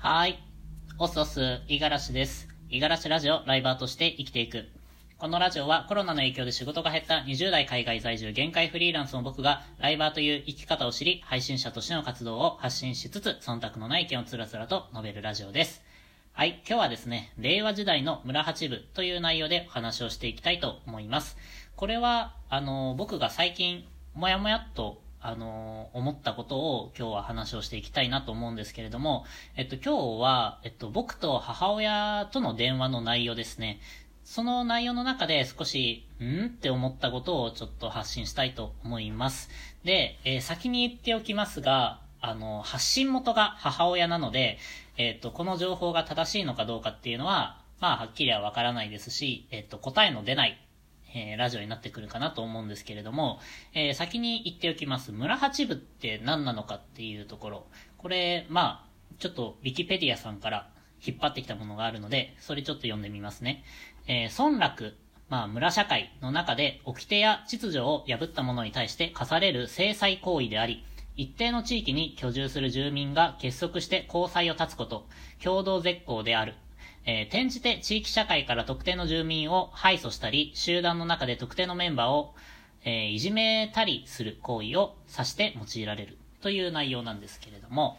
はーい。オスオス、五十嵐です。五十嵐ラジオ、ライバーとして生きていく。このラジオはコロナの影響で仕事が減った20代海外在住限界フリーランスの僕がライバーという生き方を知り、配信者としての活動を発信しつつ、忖度のない意見をつらつらと述べるラジオです。はい。今日はですね、令和時代の村八部という内容でお話をしていきたいと思います。これは、僕が最近、もやもやっと思ったことを今日は話をしていきたいなと思うんですけれども、今日は、僕と母親との電話の内容ですね。その内容の中で少し、って思ったことをちょっと発信したいと思います。で、先に言っておきますが、発信元が母親なので、この情報が正しいのかどうかっていうのは、はっきりはわからないですし、答えの出ない、ラジオになってくるかなと思うんですけれども、先に言っておきます。村八部って何なのかっていうところ。これ、ちょっと、ウィキペディアさんから引っ張ってきたものがあるので、それちょっと読んでみますね。村落、村社会の中で、掟や秩序を破った者に対して課される制裁行為であり、一定の地域に居住する住民が結束して交際を断つこと、共同絶交である。転じて地域社会から特定の住民を排除したり、集団の中で特定のメンバーを、いじめたりする行為を指して用いられるという内容なんですけれども、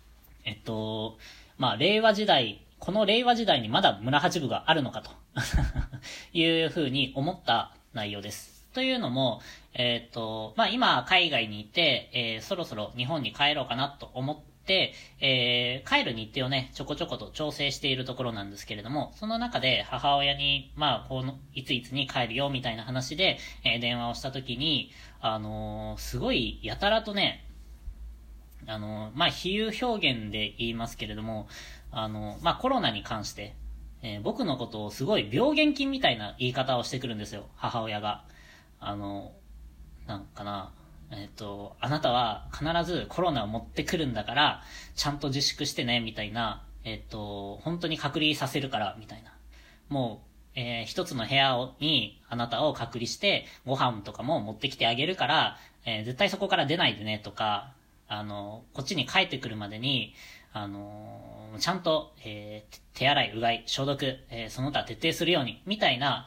令和時代、この令和時代にまだ村八部があるのかというふうに思った内容です。というのも、今海外にいて、そろそろ日本に帰ろうかなと思って、帰る日程をね、ちょこちょこと調整しているところなんですけれども、その中で母親に、いついつに帰るよみたいな話で、電話をしたときに、すごいやたらとね、比喩表現で言いますけれども、コロナに関して、僕のことをすごい病原菌みたいな言い方をしてくるんですよ、母親が。なんかな、あなたは必ずコロナを持ってくるんだから、ちゃんと自粛してね、みたいな、本当に隔離させるから、みたいな。もう、一つの部屋にあなたを隔離して、ご飯とかも持ってきてあげるから、絶対そこから出ないでね、とか、こっちに帰ってくるまでに、ちゃんと、手洗い、うがい、消毒、その他徹底するように、みたいな、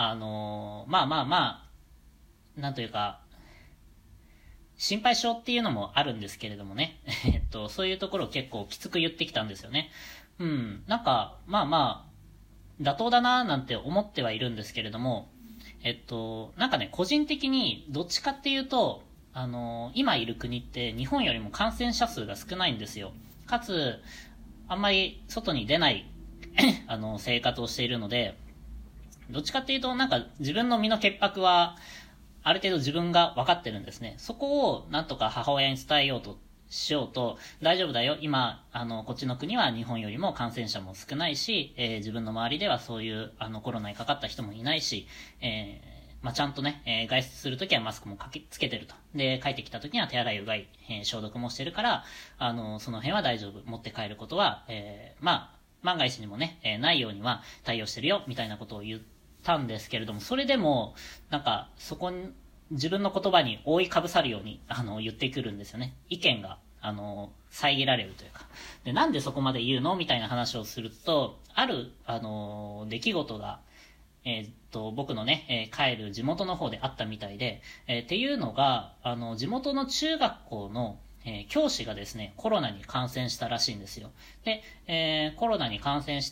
なんというか、心配性っていうのもあるんですけれどもね。そういうところを結構きつく言ってきたんですよね。なんか、妥当だなーなんて思ってはいるんですけれども、なんかね、個人的にどっちかっていうと、今いる国って日本よりも感染者数が少ないんですよ。かつ、あんまり外に出ない生活をしているので、どっちかっていうと、なんか自分の身の潔白は、ある程度自分が分かってるんですね。そこをなんとか母親に伝えようとしようと、大丈夫だよ。今、こっちの国は日本よりも感染者も少ないし、自分の周りではそういう、コロナにかかった人もいないし、ちゃんとね、外出するときはマスクもつけてると。で、帰ってきたときには手洗いうがい、消毒もしてるから、その辺は大丈夫。持って帰ることは、万が一にもね、ないようには対応してるよ、みたいなことを言ったんですけれども、それでも、なんか、そこに、自分の言葉に覆いかぶさるように、言ってくるんですよね。意見が、遮られるというか。で、なんでそこまで言うのみたいな話をすると、ある、出来事が、僕のね、帰る地元の方であったみたいで、っていうのが、地元の中学校の、教師がですね、コロナに感染したらしいんですよ。で、コロナに感染して、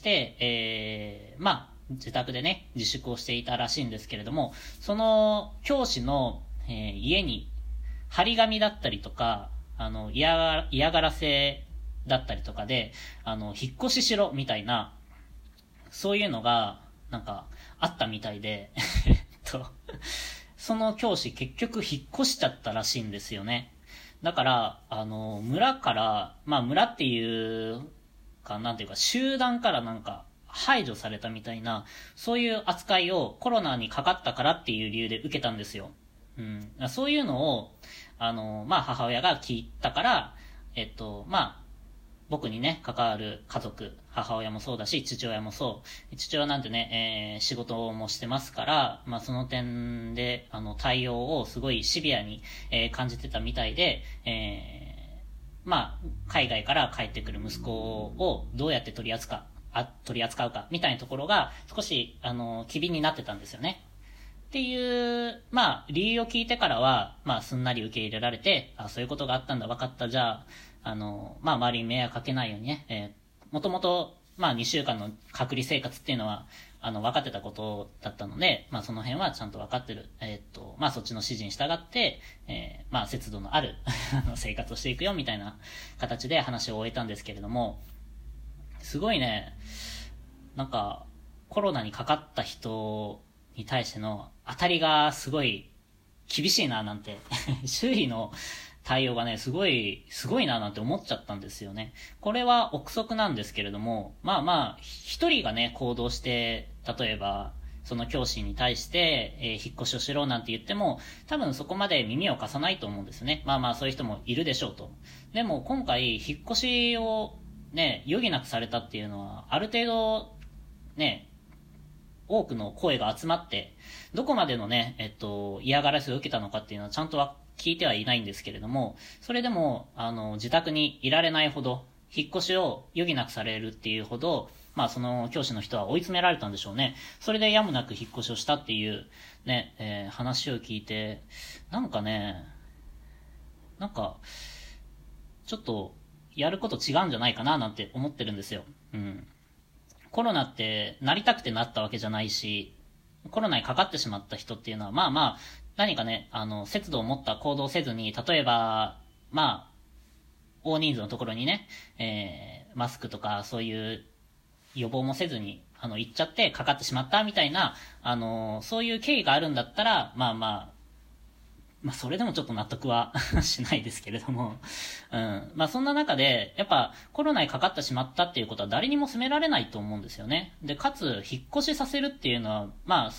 自宅でね、自粛をしていたらしいんですけれども、その教師の、家に張り紙だったりとか、嫌がらせだったりとかで、引っ越ししろみたいな、そういうのが、なんか、あったみたいで、その教師結局引っ越しちゃったらしいんですよね。だから、村から、村っていうか、なんていうか、集団からなんか、排除されたみたいな、そういう扱いをコロナにかかったからっていう理由で受けたんですよ。そういうのを、母親が聞いたから、僕にね、関わる家族、母親もそうだし、父親もそう。父親なんてね、仕事もしてますから、その点で、対応をすごいシビアに、感じてたみたいで、 海外から帰ってくる息子をどうやって取り扱うか、みたいなところが、少し、機敏になってたんですよね。っていう、理由を聞いてからは、すんなり受け入れられて、そういうことがあったんだ、分かった、じゃあ、周りに迷惑かけないようにね、もともと、2週間の隔離生活っていうのは、分かってたことだったので、その辺はちゃんと分かってる。そっちの指示に従って、節度のある生活をしていくよ、みたいな形で話を終えたんですけれども、すごいね、なんか、コロナにかかった人に対しての当たりがすごい厳しいななんて周囲の対応がね、すごいななんて思っちゃったんですよね。これは憶測なんですけれども、一人がね、行動して、例えば、その教師に対して、引っ越しをしろなんて言っても、多分そこまで耳を貸さないと思うんですよね。そういう人もいるでしょうと。でも今回、引っ越しをね、余儀なくされたっていうのは、ある程度、ね、多くの声が集まって、どこまでのね、嫌がらせを受けたのかっていうのはちゃんとは聞いてはいないんですけれども、それでも、自宅にいられないほど、引っ越しを余儀なくされるっていうほど、その教師の人は追い詰められたんでしょうね。それでやむなく引っ越しをしたっていう、ね、話を聞いて、なんか、ちょっと、やること違うんじゃないかななんて思ってるんですよ。うん。コロナってなりたくてなったわけじゃないし、コロナにかかってしまった人っていうのは、何かね、節度を持った行動をせずに、例えば、大人数のところにね、マスクとかそういう予防もせずに、行っちゃってかかってしまったみたいな、そういう経緯があるんだったら、それでもちょっと納得はしないですけれども、うん。そんな中で、やっぱコロナにかかってしまったっていうことは誰にも責められないと思うんですよね。で、かつ、引っ越しさせるっていうのは、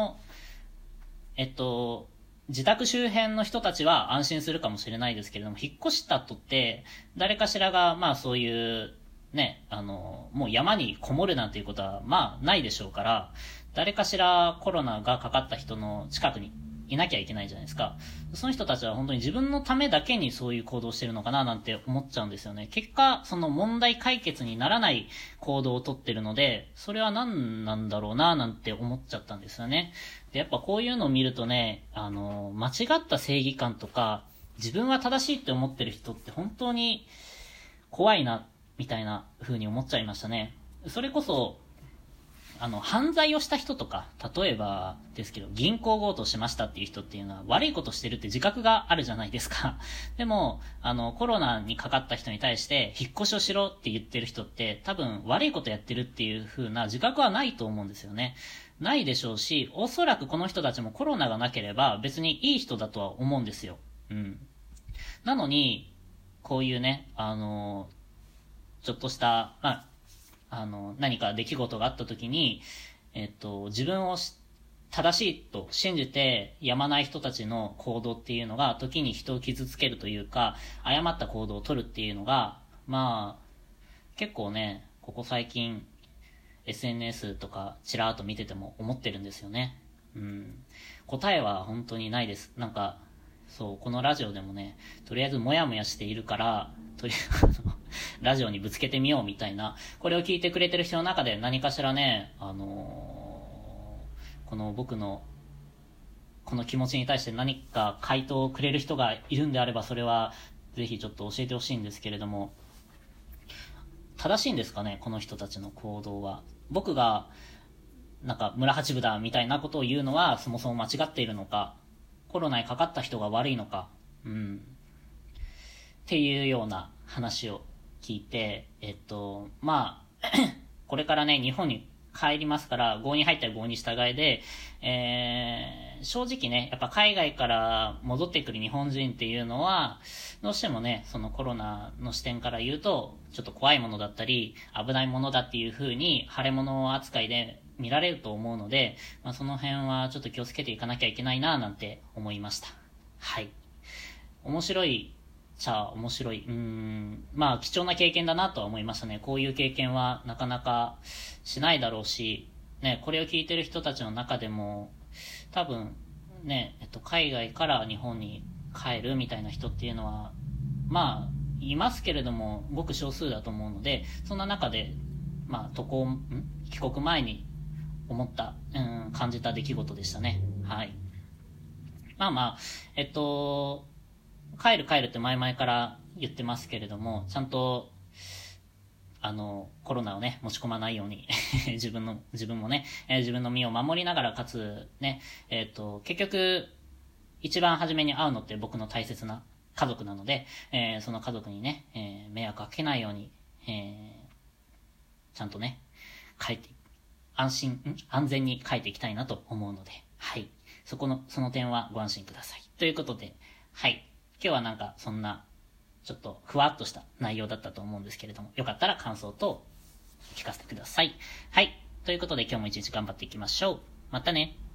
自宅周辺の人たちは安心するかもしれないですけれども、引っ越したとって、誰かしらが、そういう、ね、もう山にこもるなんていうことは、ないでしょうから、誰かしらコロナがかかった人の近くにいなきゃいけないじゃないですか。その人たちは本当に自分のためだけにそういう行動をしてるのかななんて思っちゃうんですよね。結果、その問題解決にならない行動をとってるので、それは何なんだろうななんて思っちゃったんですよね。で、やっぱこういうのを見るとね、間違った正義感とか、自分は正しいって思ってる人って本当に怖いな、みたいな風に思っちゃいましたね。それこそ、犯罪をした人とか、例えばですけど、銀行強盗しましたっていう人っていうのは悪いことしてるって自覚があるじゃないですか。でも、コロナにかかった人に対して、引っ越しをしろって言ってる人って、多分悪いことやってるっていう風な自覚はないと思うんですよね。ないでしょうし、おそらくこの人たちもコロナがなければ別にいい人だとは思うんですよ。うん。なのに、こういうね、ちょっとした、何か出来事があった時に、自分を正しいと信じてやまない人たちの行動っていうのが、時に人を傷つけるというか、誤った行動を取るっていうのが、結構ね、ここ最近、SNS とかちらーっと見てても思ってるんですよね。うん。答えは本当にないです。そう、このラジオでもね、とりあえずモヤモヤしているから、とりあえずラジオにぶつけてみようみたいな、これを聞いてくれてる人の中で何かしらね、この僕の、この気持ちに対して何か回答をくれる人がいるんであれば、それは、ぜひちょっと教えてほしいんですけれども、正しいんですかね、この人たちの行動は。僕が、村八分だみたいなことを言うのは、そもそも間違っているのか、コロナにかかった人が悪いのか、っていうような話を聞いて、これからね、日本に帰りますから、郷に入ったら郷に従いで、正直ね、やっぱ海外から戻ってくる日本人っていうのは、どうしてもね、そのコロナの視点から言うと、ちょっと怖いものだったり、危ないものだっていう風に、腫れ物扱いで見られると思うので、その辺はちょっと気をつけていかなきゃいけないななんて思いました。はい。面白い面白い。貴重な経験だなとは思いましたね。こういう経験はなかなかしないだろうし、ね、これを聞いてる人たちの中でも、多分、ね、海外から日本に帰るみたいな人っていうのは、 いますけれども、ごく少数だと思うので、そんな中で、まあ、帰国前に思った、感じた出来事でしたね。はい。まあまあ、帰るって前々から言ってますけれども、ちゃんと、コロナをね、持ち込まないように自分もね、自分の身を守りながら、かつ、ね、結局、一番初めに会うのって僕の大切な家族なので、その家族にね、迷惑かけないように、ちゃんとね、帰って、安全に帰っていきたいなと思うので、はい。その点はご安心ください。ということで、はい。今日はなんか、そんな、ちょっとふわっとした内容だったと思うんですけれども、よかったら感想等聞かせてください。はい。ということで今日も一日頑張っていきましょう。またね。